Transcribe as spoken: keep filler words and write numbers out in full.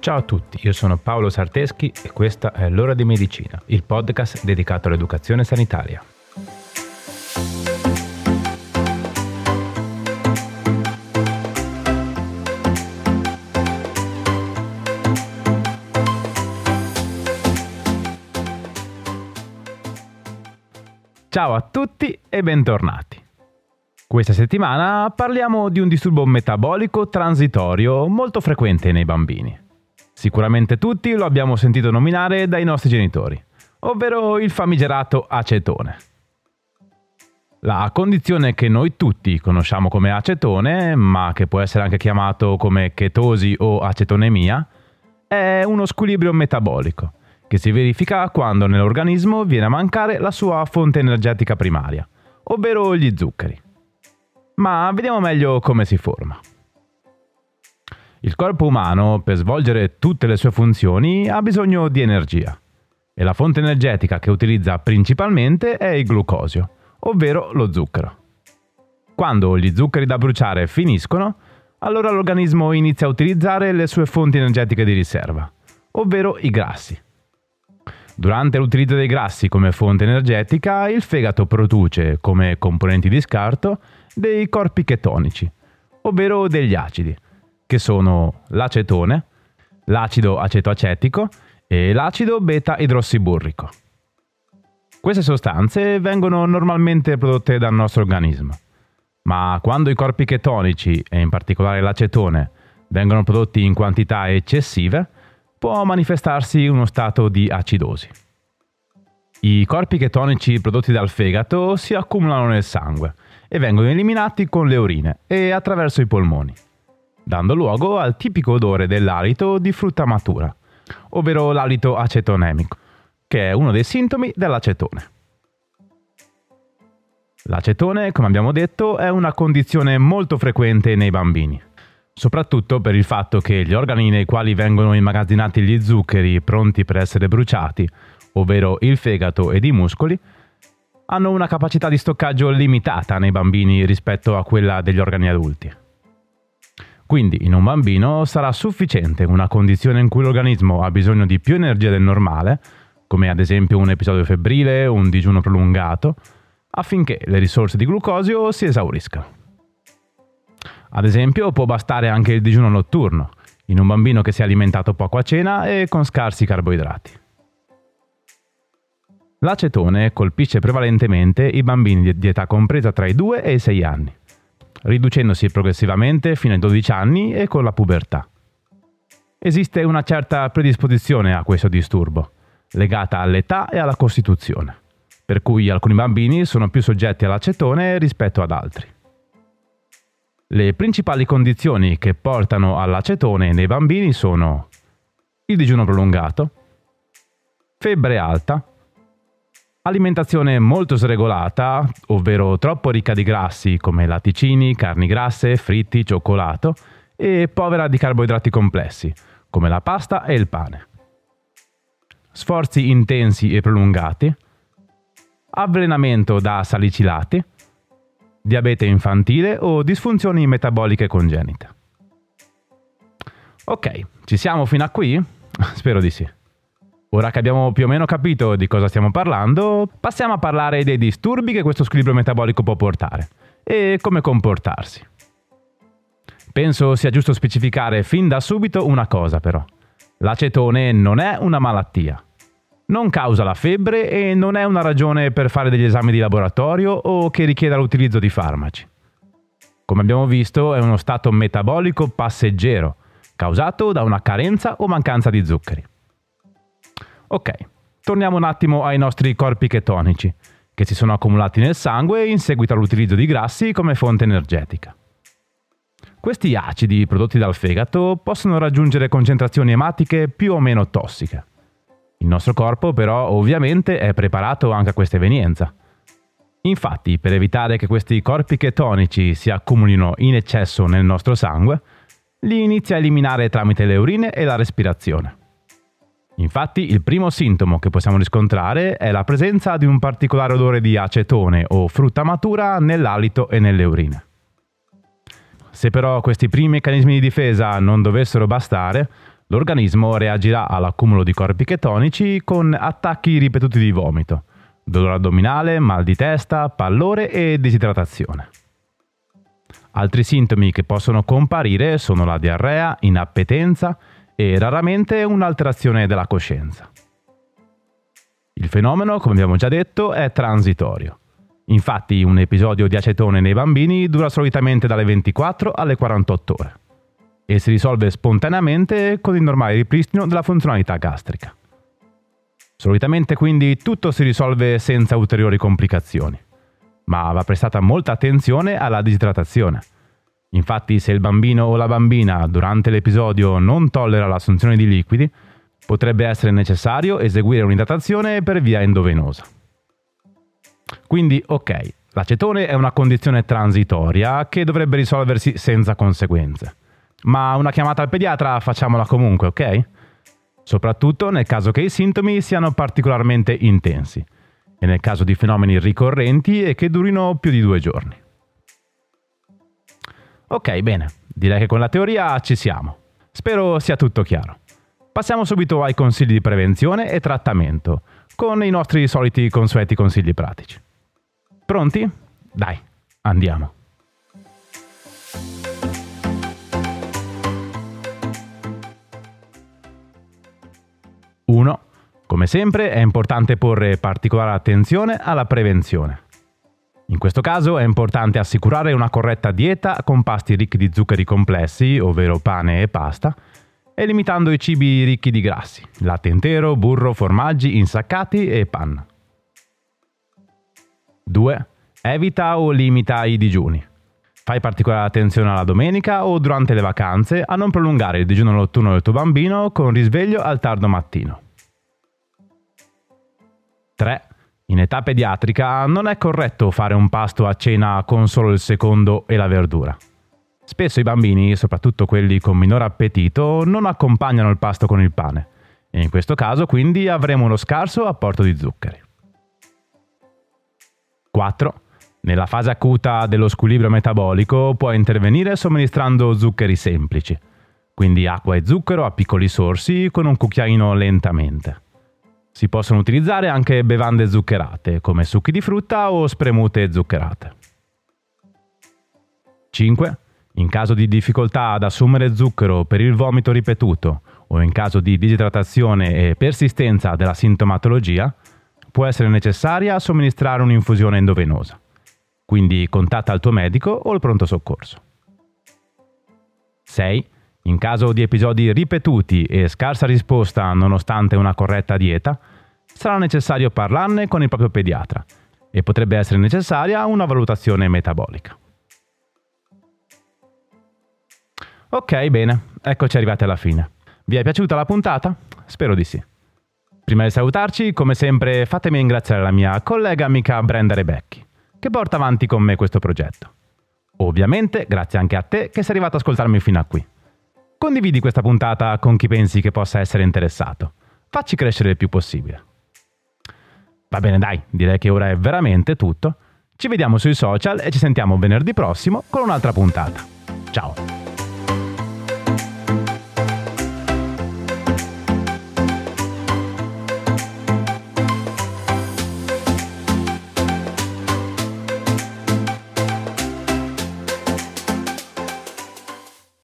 Ciao a tutti, io sono Paolo Sarteschi e questa è L'Ora di Medicina, il podcast dedicato all'educazione sanitaria. Ciao a tutti e bentornati. Questa settimana parliamo di un disturbo metabolico transitorio molto frequente nei bambini. Sicuramente tutti lo abbiamo sentito nominare dai nostri genitori, ovvero il famigerato acetone. La condizione che noi tutti conosciamo come acetone, ma che può essere anche chiamato come chetosi o acetonemia, è uno squilibrio metabolico che si verifica quando nell'organismo viene a mancare la sua fonte energetica primaria, ovvero gli zuccheri. Ma vediamo meglio come si forma. Il corpo umano, per svolgere tutte le sue funzioni, ha bisogno di energia e la fonte energetica che utilizza principalmente è il glucosio, ovvero lo zucchero. Quando gli zuccheri da bruciare finiscono, allora l'organismo inizia a utilizzare le sue fonti energetiche di riserva, ovvero i grassi. Durante l'utilizzo dei grassi come fonte energetica, il fegato produce, come componenti di scarto, dei corpi chetonici, ovvero degli acidi, che sono l'acetone, l'acido acetoacetico e l'acido beta-idrossiburrico. Queste sostanze vengono normalmente prodotte dal nostro organismo, ma quando i corpi chetonici, e in particolare l'acetone, vengono prodotti in quantità eccessive, può manifestarsi uno stato di acidosi. I corpi chetonici prodotti dal fegato si accumulano nel sangue e vengono eliminati con le urine e attraverso i polmoni, dando luogo al tipico odore dell'alito di frutta matura, ovvero l'alito acetonemico, che è uno dei sintomi dell'acetone. L'acetone, come abbiamo detto, è una condizione molto frequente nei bambini, soprattutto per il fatto che gli organi nei quali vengono immagazzinati gli zuccheri pronti per essere bruciati, ovvero il fegato ed i muscoli, hanno una capacità di stoccaggio limitata nei bambini rispetto a quella degli organi adulti. Quindi in un bambino sarà sufficiente una condizione in cui l'organismo ha bisogno di più energia del normale, come ad esempio un episodio febbrile o un digiuno prolungato, affinché le risorse di glucosio si esauriscano. Ad esempio può bastare anche il digiuno notturno, in un bambino che si è alimentato poco a cena e con scarsi carboidrati. L'acetone colpisce prevalentemente i bambini di età compresa tra i due e i sei anni, riducendosi progressivamente fino ai dodici anni e con la pubertà. Esiste una certa predisposizione a questo disturbo, legata all'età e alla costituzione, per cui alcuni bambini sono più soggetti all'acetone rispetto ad altri. Le principali condizioni che portano all'acetone nei bambini sono il digiuno prolungato, febbre alta, alimentazione molto sregolata, ovvero troppo ricca di grassi come latticini, carni grasse, fritti, cioccolato, e povera di carboidrati complessi come la pasta e il pane. Sforzi intensi e prolungati, avvelenamento da salicilati, diabete infantile o disfunzioni metaboliche congenite. Ok, ci siamo fino a qui? Spero di sì. Ora che abbiamo più o meno capito di cosa stiamo parlando, passiamo a parlare dei disturbi che questo squilibrio metabolico può portare e come comportarsi. Penso sia giusto specificare fin da subito una cosa però. L'acetone non è una malattia. Non causa la febbre e non è una ragione per fare degli esami di laboratorio o che richieda l'utilizzo di farmaci. Come abbiamo visto, è uno stato metabolico passeggero, causato da una carenza o mancanza di zuccheri. Ok, torniamo un attimo ai nostri corpi chetonici, che si sono accumulati nel sangue in seguito all'utilizzo di grassi come fonte energetica. Questi acidi prodotti dal fegato possono raggiungere concentrazioni ematiche più o meno tossiche. Il nostro corpo però ovviamente è preparato anche a questa evenienza. Infatti, per evitare che questi corpi chetonici si accumulino in eccesso nel nostro sangue, li inizia a eliminare tramite le urine e la respirazione. Infatti, il primo sintomo che possiamo riscontrare è la presenza di un particolare odore di acetone o frutta matura nell'alito e nelle urine. Se però questi primi meccanismi di difesa non dovessero bastare, L'organismo reagirà all'accumulo di corpi chetonici con attacchi ripetuti di vomito, dolore addominale, mal di testa, pallore e disidratazione. Altri sintomi che possono comparire sono la diarrea, inappetenza e raramente un'alterazione della coscienza. Il fenomeno, come abbiamo già detto, è transitorio. Infatti un episodio di acetone nei bambini dura solitamente dalle ventiquattro alle quarantotto ore e si risolve spontaneamente con il normale ripristino della funzionalità gastrica. Solitamente quindi tutto si risolve senza ulteriori complicazioni, ma va prestata molta attenzione alla disidratazione. Infatti se il bambino o la bambina durante l'episodio non tollera l'assunzione di liquidi, potrebbe essere necessario eseguire un'idratazione per via endovenosa. Quindi, ok, l'acetone è una condizione transitoria che dovrebbe risolversi senza conseguenze. Ma una chiamata al pediatra facciamola comunque, ok? Soprattutto nel caso che i sintomi siano particolarmente intensi e nel caso di fenomeni ricorrenti e che durino più di due giorni. Ok, bene, direi che con la teoria ci siamo. Spero sia tutto chiaro. Passiamo subito ai consigli di prevenzione e trattamento, con i nostri soliti consueti consigli pratici. Pronti? Dai, andiamo. uno. Come sempre è importante porre particolare attenzione alla prevenzione. In questo caso è importante assicurare una corretta dieta con pasti ricchi di zuccheri complessi, ovvero pane e pasta, e limitando i cibi ricchi di grassi, latte intero, burro, formaggi insaccati e panna. due. Evita o limita i digiuni. Fai particolare attenzione alla domenica o durante le vacanze a non prolungare il digiuno notturno del tuo bambino con risveglio al tardo mattino. tre. In età pediatrica non è corretto fare un pasto a cena con solo il secondo e la verdura. Spesso i bambini, soprattutto quelli con minore appetito, non accompagnano il pasto con il pane e in questo caso quindi avremo uno scarso apporto di zuccheri. quattro. Nella fase acuta dello squilibrio metabolico può intervenire somministrando zuccheri semplici, quindi acqua e zucchero a piccoli sorsi con un cucchiaino lentamente. Si possono utilizzare anche bevande zuccherate, come succhi di frutta o spremute zuccherate. cinque. In caso di difficoltà ad assumere zucchero per il vomito ripetuto o in caso di disidratazione e persistenza della sintomatologia, può essere necessaria somministrare un'infusione endovenosa. Quindi contatta il tuo medico o il pronto soccorso. sei. In caso di episodi ripetuti e scarsa risposta nonostante una corretta dieta, sarà necessario parlarne con il proprio pediatra e potrebbe essere necessaria una valutazione metabolica. Ok, bene, eccoci arrivati alla fine. Vi è piaciuta la puntata? Spero di sì. Prima di salutarci, come sempre, fatemi ringraziare la mia collega amica Brenda Rebecchi, che porta avanti con me questo progetto. Ovviamente, grazie anche a te che sei arrivato ad ascoltarmi fino a qui. Condividi questa puntata con chi pensi che possa essere interessato. Facci crescere il più possibile. Va bene, dai, direi che ora è veramente tutto. Ci vediamo sui social e ci sentiamo venerdì prossimo con un'altra puntata. Ciao!